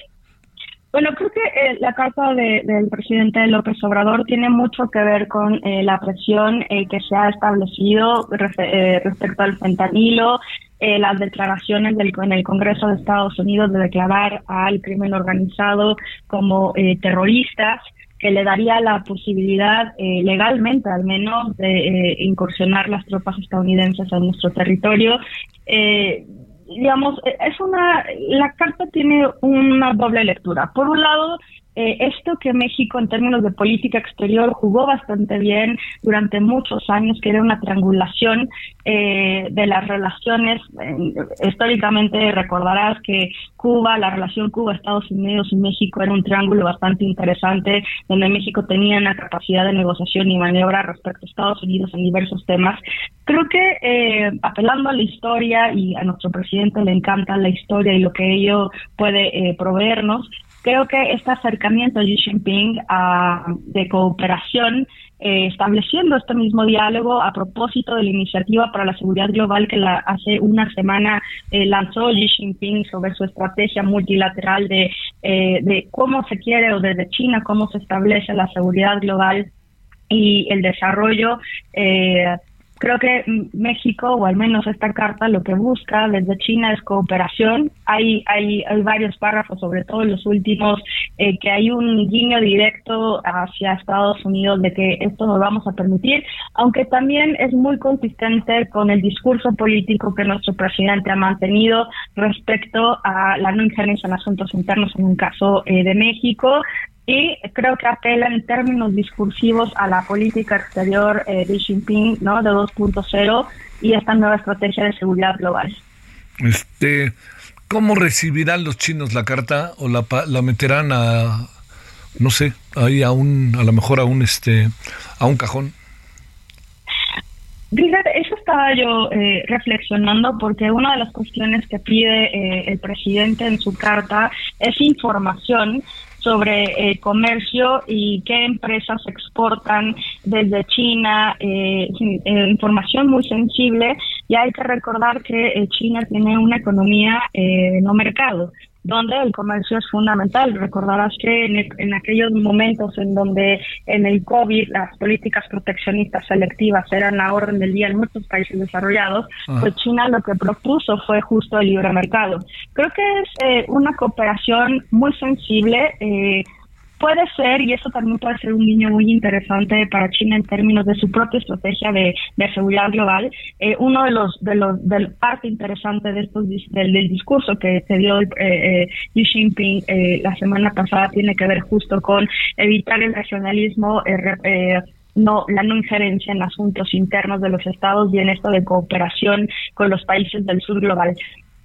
bueno, creo que eh, la carta de, del presidente López Obrador tiene mucho que ver con eh, la presión eh, que se ha establecido refe, eh, respecto al fentanilo, eh, las declaraciones del, en el Congreso de Estados Unidos de declarar al crimen organizado como eh, terroristas, que le daría la posibilidad, eh, legalmente al menos, de eh, incursionar las tropas estadounidenses en nuestro territorio. Eh, digamos, es una, la carta tiene una doble lectura. Por un lado, eh, esto que México en términos de política exterior jugó bastante bien durante muchos años, que era una triangulación eh, de las relaciones. Eh, históricamente recordarás que Cuba, la relación Cuba-Estados Unidos y México era un triángulo bastante interesante, donde México tenía una capacidad de negociación y maniobra respecto a Estados Unidos en diversos temas. Creo que eh, apelando a la historia, y a nuestro presidente le encanta la historia y lo que ello puede eh, proveernos, creo que este acercamiento de Xi Jinping a, de cooperación, eh, estableciendo este mismo diálogo a propósito de la iniciativa para la seguridad global que la, hace una semana eh, lanzó Xi Jinping sobre su estrategia multilateral de, eh, de cómo se quiere, o desde China, cómo se establece la seguridad global y el desarrollo. Eh, Creo que México, o al menos esta carta, lo que busca desde China es cooperación. Hay hay, hay varios párrafos, sobre todo en los últimos, eh, que hay un guiño directo hacia Estados Unidos de que esto no lo vamos a permitir, aunque también es muy consistente con el discurso político que nuestro presidente ha mantenido respecto a la no injerencia en asuntos internos en un caso eh, de México. Y creo que apela en términos discursivos a la política exterior eh, de Xi Jinping, ¿no? De dos punto cero y esta nueva estrategia de seguridad global. Este, ¿cómo recibirán los chinos la carta o la la meterán a, no sé, ahí a un, a lo mejor a un este, a un cajón? Fíjate, eso estaba yo eh, reflexionando, porque una de las cuestiones que pide eh, el presidente en su carta es información sobre eh, comercio y qué empresas exportan desde China, eh, eh, información muy sensible, y hay que recordar que eh, China tiene una economía eh, no mercado, donde el comercio es fundamental. Recordarás que en, en aquellos momentos en donde en el COVID las políticas proteccionistas selectivas eran la orden del día en muchos países desarrollados, ah. pues China lo que propuso fue justo el libre mercado. Creo que es eh, una cooperación muy sensible, eh, puede ser, y eso también puede ser un guiño muy interesante para China en términos de su propia estrategia de, de seguridad global. Eh, uno de los de los de la parte interesante de estos del, del discurso que se dio eh, eh, Xi Jinping eh, la semana pasada tiene que ver justo con evitar el regionalismo, eh, eh, no la no injerencia en asuntos internos de los estados y en esto de cooperación con los países del sur global.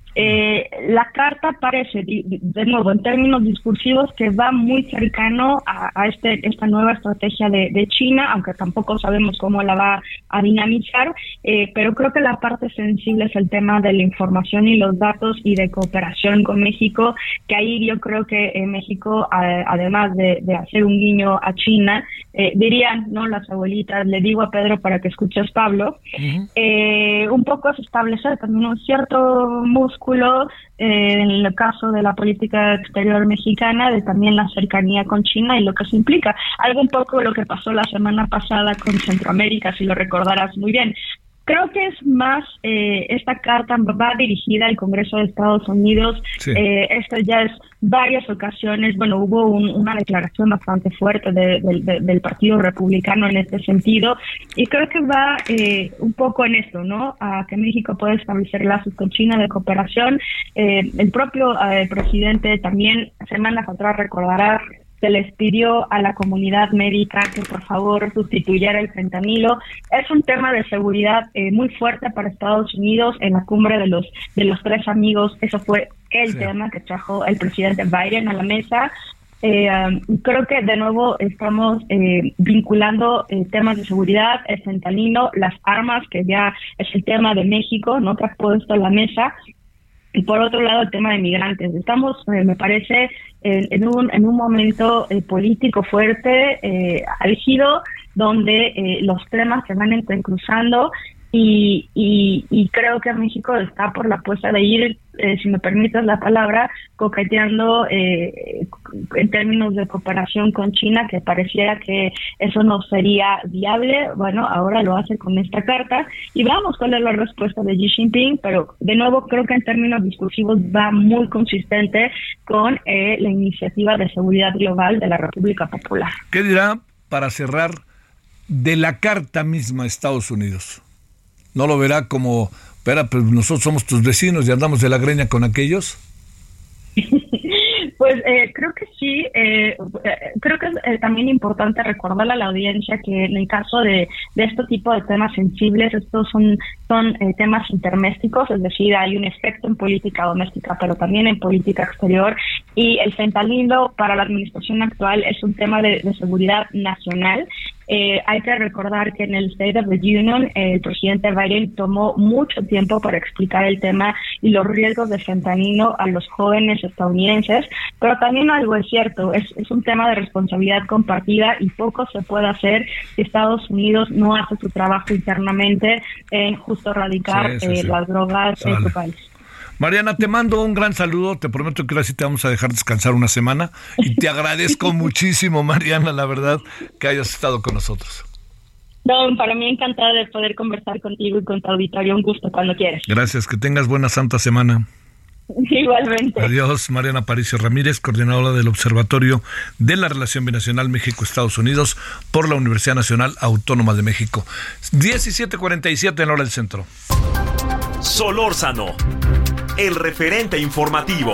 Eh, la carta parece, de nuevo, en términos discursivos, que va muy cercano a, a este esta nueva estrategia de, de China, aunque tampoco sabemos cómo la va a dinamizar, eh, pero creo que la parte sensible es el tema de la información y los datos y de cooperación con México, que ahí yo creo que eh, México, a, además de, de hacer un guiño a China, eh, dirían, ¿no?, las abuelitas, le digo a Pedro para que escuches, Pablo, uh-huh. eh, un poco es establecer también un cierto músculo Eh, en el caso de la política exterior mexicana, de también la cercanía con China y lo que eso implica. Algo un poco lo que pasó la semana pasada con Centroamérica, si lo recordarás muy bien. Creo que es más, eh, esta carta va dirigida al Congreso de Estados Unidos. Sí. Eh, esto ya es varias ocasiones, bueno, hubo un, una declaración bastante fuerte de, de, de, del Partido Republicano en este sentido, y creo que va eh, un poco en esto, ¿no?, a que México puede establecer lazos con China de cooperación. Eh, el propio eh, presidente también, semanas atrás, recordará, se les pidió a la comunidad médica que por favor sustituyera el fentanilo. Es un tema de seguridad eh, muy fuerte para Estados Unidos. En la cumbre de los de los tres amigos, eso fue el sí. tema que trajo el presidente Biden a la mesa. Eh, um, creo que de nuevo estamos eh, vinculando eh, temas de seguridad, el fentanilo, las armas, que ya es el tema de México, ¿no?, que ha puesto en la mesa. Y por otro lado, el tema de migrantes. Estamos, eh, me parece, en, en un en un momento eh, político fuerte, eh, álgido, donde eh, los temas se van entrecruzando y, y, y creo que México está por la apuesta de ir, eh, si me permites la palabra, coqueteando eh, en términos de cooperación con China, que pareciera que eso no sería viable. Bueno, ahora lo hace con esta carta y veamos cuál es la respuesta de Xi Jinping, pero de nuevo creo que en términos discursivos va muy consistente con eh, la iniciativa de seguridad global de la República Popular. ¿Qué dirá, para cerrar, de la carta misma a Estados Unidos? ¿No lo verá como, espera, pues nosotros somos tus vecinos y andamos de la greña con aquellos? Pues eh, creo que sí, eh, creo que es eh, también importante recordarle a la audiencia que en el caso de, de este tipo de temas sensibles, estos son, son eh, temas intermésticos, es decir, hay un efecto en política doméstica, pero también en política exterior, y el fentanilo para la administración actual es un tema de, de seguridad nacional. Eh, hay que recordar que en el State of the Union eh, el presidente Biden tomó mucho tiempo para explicar el tema y los riesgos de fentanilo a los jóvenes estadounidenses, pero también algo es cierto, es, es un tema de responsabilidad compartida y poco se puede hacer si Estados Unidos no hace su trabajo internamente en justo erradicar sí, sí, eh, sí. las drogas en su país. Mariana, te mando un gran saludo, te prometo que ahora sí te vamos a dejar descansar una semana y te agradezco muchísimo, Mariana, la verdad, que hayas estado con nosotros. No, para mí encantada de poder conversar contigo y con tu auditorio, un gusto cuando quieras. Gracias, que tengas buena santa semana. Igualmente. Adiós, Mariana Aparicio Ramírez, coordinadora del Observatorio de la Relación Binacional México-Estados Unidos por la Universidad Nacional Autónoma de México. diecisiete cuarenta y siete en la hora del centro. Solórzano, el referente informativo.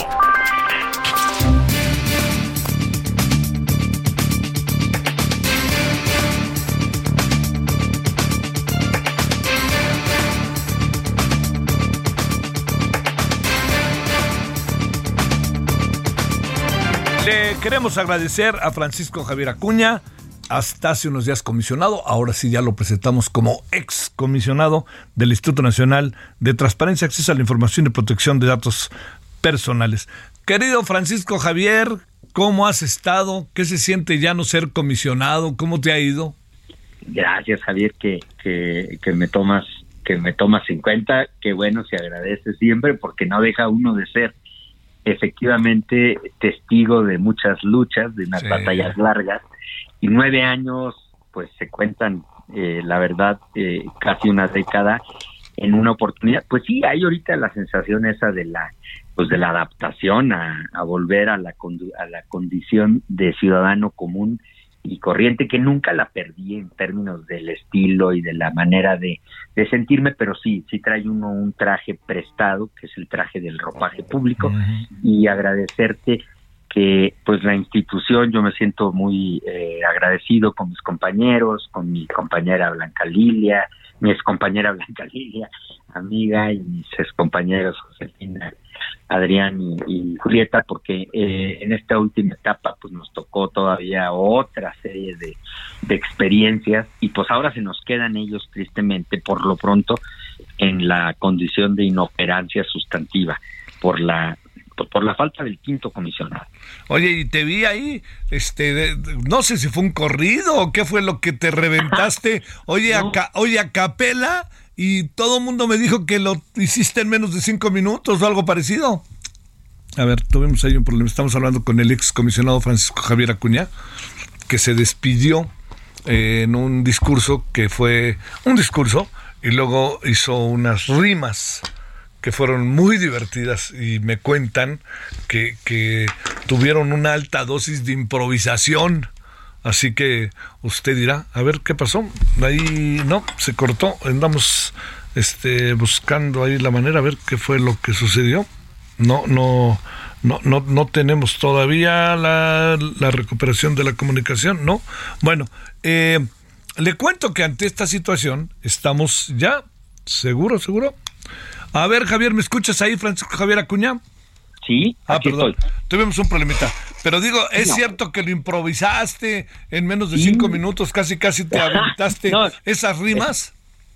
Le queremos agradecer a Francisco Javier Acuña, hasta hace unos días comisionado, ahora sí ya lo presentamos como ex comisionado del Instituto Nacional de Transparencia, Acceso a la Información y Protección de Datos Personales. Querido Francisco Javier, ¿cómo has estado? ¿Qué se siente ya no ser comisionado? ¿Cómo te ha ido? Gracias, Javier, que, que, que me tomas que me tomas en cuenta. Qué bueno, se agradece siempre, porque no deja uno de ser efectivamente testigo de muchas luchas, de unas sí. batallas largas, y nueve años pues se cuentan, eh, la verdad, eh, casi una década en una oportunidad. Pues sí, hay ahorita la sensación esa de la pues de la adaptación a, a volver a la, a la condición de ciudadano común y corriente, que nunca la perdí en términos del estilo y de la manera de, de sentirme, pero sí, sí trae uno un traje prestado, que es el traje del ropaje público, uh-huh. y agradecerte que pues la institución, yo me siento muy eh, agradecido con mis compañeros, con mi compañera Blanca Lilia, mi excompañera Blanca Lilia, amiga, y mis excompañeros Josefina, Adrián y, y Julieta, porque eh, en esta última etapa pues nos tocó todavía otra serie de, de experiencias, y pues ahora se nos quedan ellos tristemente por lo pronto en la condición de inoperancia sustantiva por la por la falta del quinto comisionado. Oye, y te vi ahí, este, de, de, no sé si fue un corrido o qué fue lo que te reventaste, oye, no. a, oye, a capela, y todo el mundo me dijo que lo hiciste en menos de cinco minutos o algo parecido. A ver, tuvimos ahí un problema, estamos hablando con el ex comisionado Francisco Javier Acuña, que se despidió eh, en un discurso que fue un discurso, y luego hizo unas rimas que fueron muy divertidas, y me cuentan que, que tuvieron una alta dosis de improvisación. Así que usted dirá, a ver qué pasó. Ahí no, se cortó. Andamos este, buscando ahí la manera, a ver qué fue lo que sucedió. No, no, no, no, no tenemos todavía la, la recuperación de la comunicación, ¿no? Bueno, eh, le cuento que ante esta situación estamos ya, seguro, seguro. A ver, Javier, ¿me escuchas ahí, Francisco Javier Acuña? Sí, ah, aquí perdón. estoy. Tuvimos un problemita. Pero digo, ¿es no. cierto que lo improvisaste en menos de cinco sí. minutos? Casi, casi te aventaste no, esas rimas.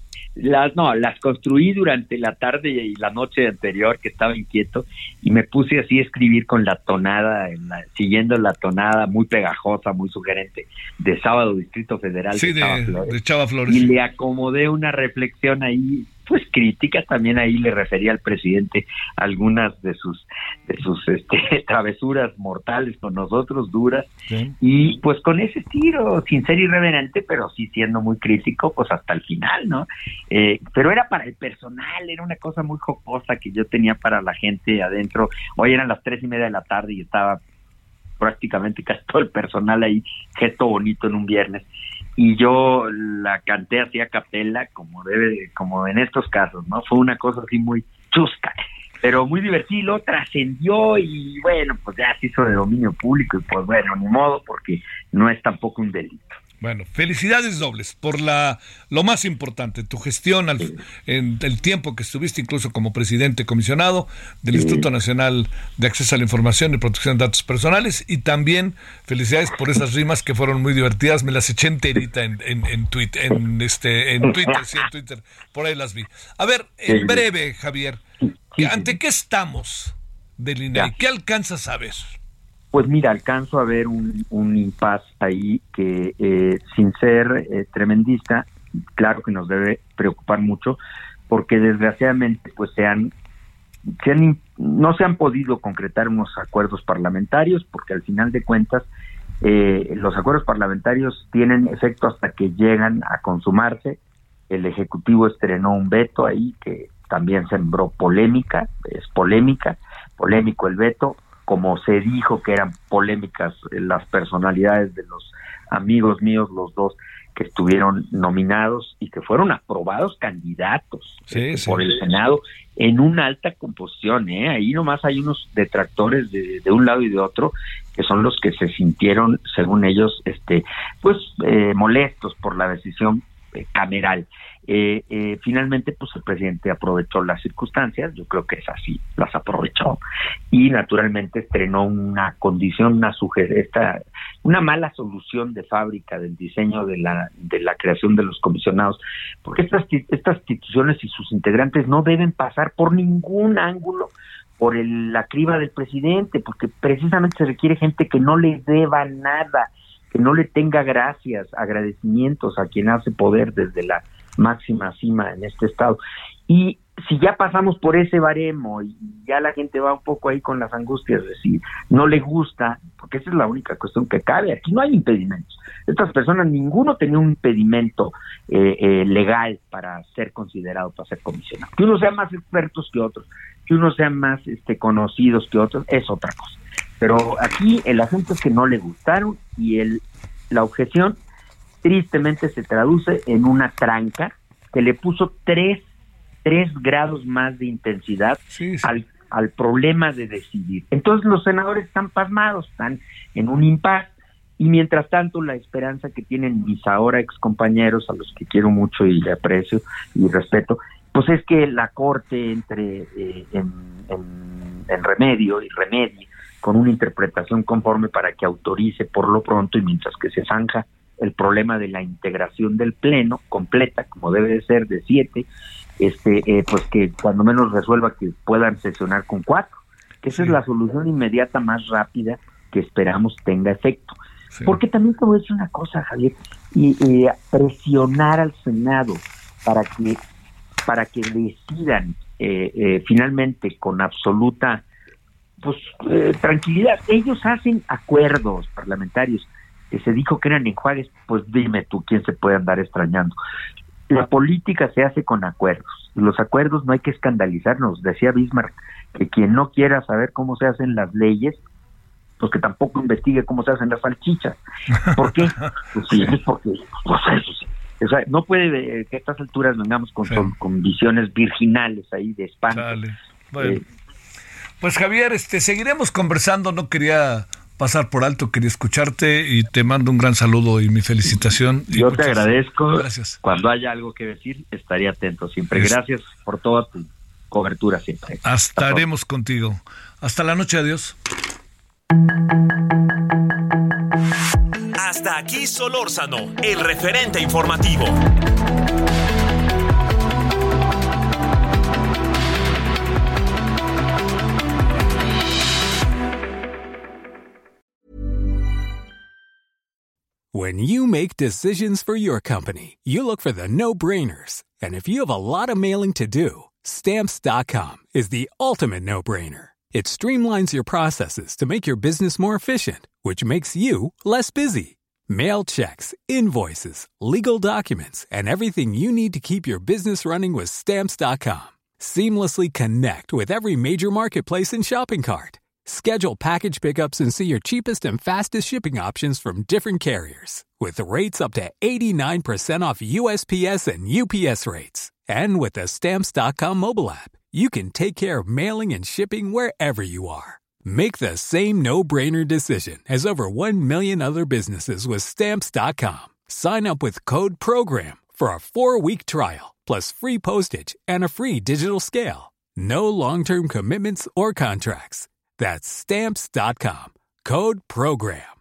Las no, las construí durante la tarde y la noche anterior, que estaba inquieto, y me puse así a escribir con la tonada, en la, siguiendo la tonada muy pegajosa, muy sugerente, de Sábado Distrito Federal sí, de, Chava de, Flores, de Chava Flores. Y le acomodé una reflexión ahí, pues crítica, también ahí le refería al presidente algunas de sus de sus este, travesuras mortales con nosotros, duras, sí. Y pues con ese tiro, sin ser irreverente, pero sí siendo muy crítico, pues hasta el final, ¿no? Eh, pero era para el personal, era una cosa muy jocosa que yo tenía para la gente adentro. Hoy eran las tres y media de la tarde y estaba prácticamente casi todo el personal ahí, gesto bonito en un viernes, y yo la canté así a capela, como debe, como en estos casos, ¿no? Fue una cosa así muy chusca, pero muy divertido, trascendió, y bueno, pues ya se hizo de dominio público, y pues bueno, ni modo, porque no es tampoco un delito. Bueno, felicidades dobles por la lo más importante, tu gestión al, en el tiempo que estuviste incluso como presidente comisionado del sí. Instituto Nacional de Acceso a la Información y Protección de Datos Personales, y también felicidades por esas rimas que fueron muy divertidas, me las eché enterita en, en, en, tweet, en, este, en Twitter, sí, en Twitter, por ahí las vi. A ver, en breve, Javier, ¿ante qué estamos del I N E I? ¿Qué alcanzas a ver? Pues mira, alcanzo a ver un, un impas ahí que eh, sin ser eh, tremendista, claro que nos debe preocupar mucho, porque desgraciadamente pues se han, se han no se han podido concretar unos acuerdos parlamentarios, porque al final de cuentas eh, los acuerdos parlamentarios tienen efecto hasta que llegan a consumarse. El Ejecutivo estrenó un veto ahí que también sembró polémica, es polémica, polémico el veto, como se dijo que eran polémicas las personalidades de los amigos míos, los dos que estuvieron nominados y que fueron aprobados candidatos sí, sí. por el Senado en una alta composición, ¿eh? Ahí nomás hay unos detractores de, de un lado y de otro, que son los que se sintieron, según ellos, este, pues eh, molestos por la decisión eh, cameral. Eh, eh, finalmente, pues el presidente aprovechó las circunstancias, yo creo que es así, las aprovechó, y naturalmente estrenó una condición, una sugerencia, una mala solución de fábrica del diseño de la de la creación de los comisionados, porque estas estas instituciones y sus integrantes no deben pasar por ningún ángulo por el, la criba del presidente, porque precisamente se requiere gente que no le deba nada, que no le tenga gracias, agradecimientos a quien hace poder desde la máxima cima en este estado. Y si ya pasamos por ese baremo y ya la gente va un poco ahí con las angustias de si no le gusta, porque esa es la única cuestión que cabe, aquí no hay impedimentos. Estas personas, ninguno tenía un impedimento eh, eh, legal para ser considerado, para ser comisionado. Que uno sea más expertos que otros, que uno sea más este, conocidos que otros, es otra cosa. Pero aquí el asunto es que no le gustaron y el la objeción tristemente se traduce en una tranca que le puso tres tres grados más de intensidad sí, sí. Al, al problema de decidir. Entonces los senadores están pasmados, están en un impasse, y mientras tanto la esperanza que tienen mis ahora excompañeros, a los que quiero mucho y aprecio y respeto, pues es que la Corte entre eh, en, en, en remedio y remedie con una interpretación conforme para que autorice por lo pronto, y mientras que se zanja el problema de la integración del Pleno completa, como debe de ser, de siete, este eh, pues que cuando menos resuelva que puedan sesionar con cuatro, que esa sí. es la solución inmediata más rápida que esperamos tenga efecto. Sí. Porque también te voy a decir una cosa, Javier, y, y presionar al Senado para que para que decidan eh, eh, finalmente con absoluta pues eh, tranquilidad. Ellos hacen acuerdos parlamentarios que se dijo que eran enjuagues, pues dime tú quién se puede andar extrañando. La política se hace con acuerdos, y los acuerdos no hay que escandalizarnos. Decía Bismarck que quien no quiera saber cómo se hacen las leyes, pues que tampoco investigue cómo se hacen las salchichas. ¿Por qué? Pues sí, porque pues eso sí. O sea, no puede que a estas alturas vengamos con, sí. con, con visiones virginales ahí de espanto. Bueno, eh, pues Javier, este, seguiremos conversando. No quería pasar por alto, quería escucharte y te mando un gran saludo y mi felicitación. Y yo te agradezco. Gracias. Cuando haya algo que decir, estaré atento siempre. Gracias por toda tu cobertura siempre. Estaremos contigo. Hasta la noche, adiós. Hasta aquí Solórzano, el referente informativo. When you make decisions for your company, you look for the no-brainers. And if you have a lot of mailing to do, Stamps dot com is the ultimate no-brainer. It streamlines your processes to make your business more efficient, which makes you less busy. Mail checks, invoices, legal documents, and everything you need to keep your business running with Stamps dot com. Seamlessly connect with every major marketplace and shopping cart. Schedule package pickups and see your cheapest and fastest shipping options from different carriers, with rates up to eighty-nine percent off U S P S and U P S rates. And with the Stamps dot com mobile app, you can take care of mailing and shipping wherever you are. Make the same no-brainer decision as over one million other businesses with Stamps dot com. Sign up with code PROGRAM for a four-week trial, plus free postage and a free digital scale. No long-term commitments or contracts. That's Stamps dot com. Code PROGRAM.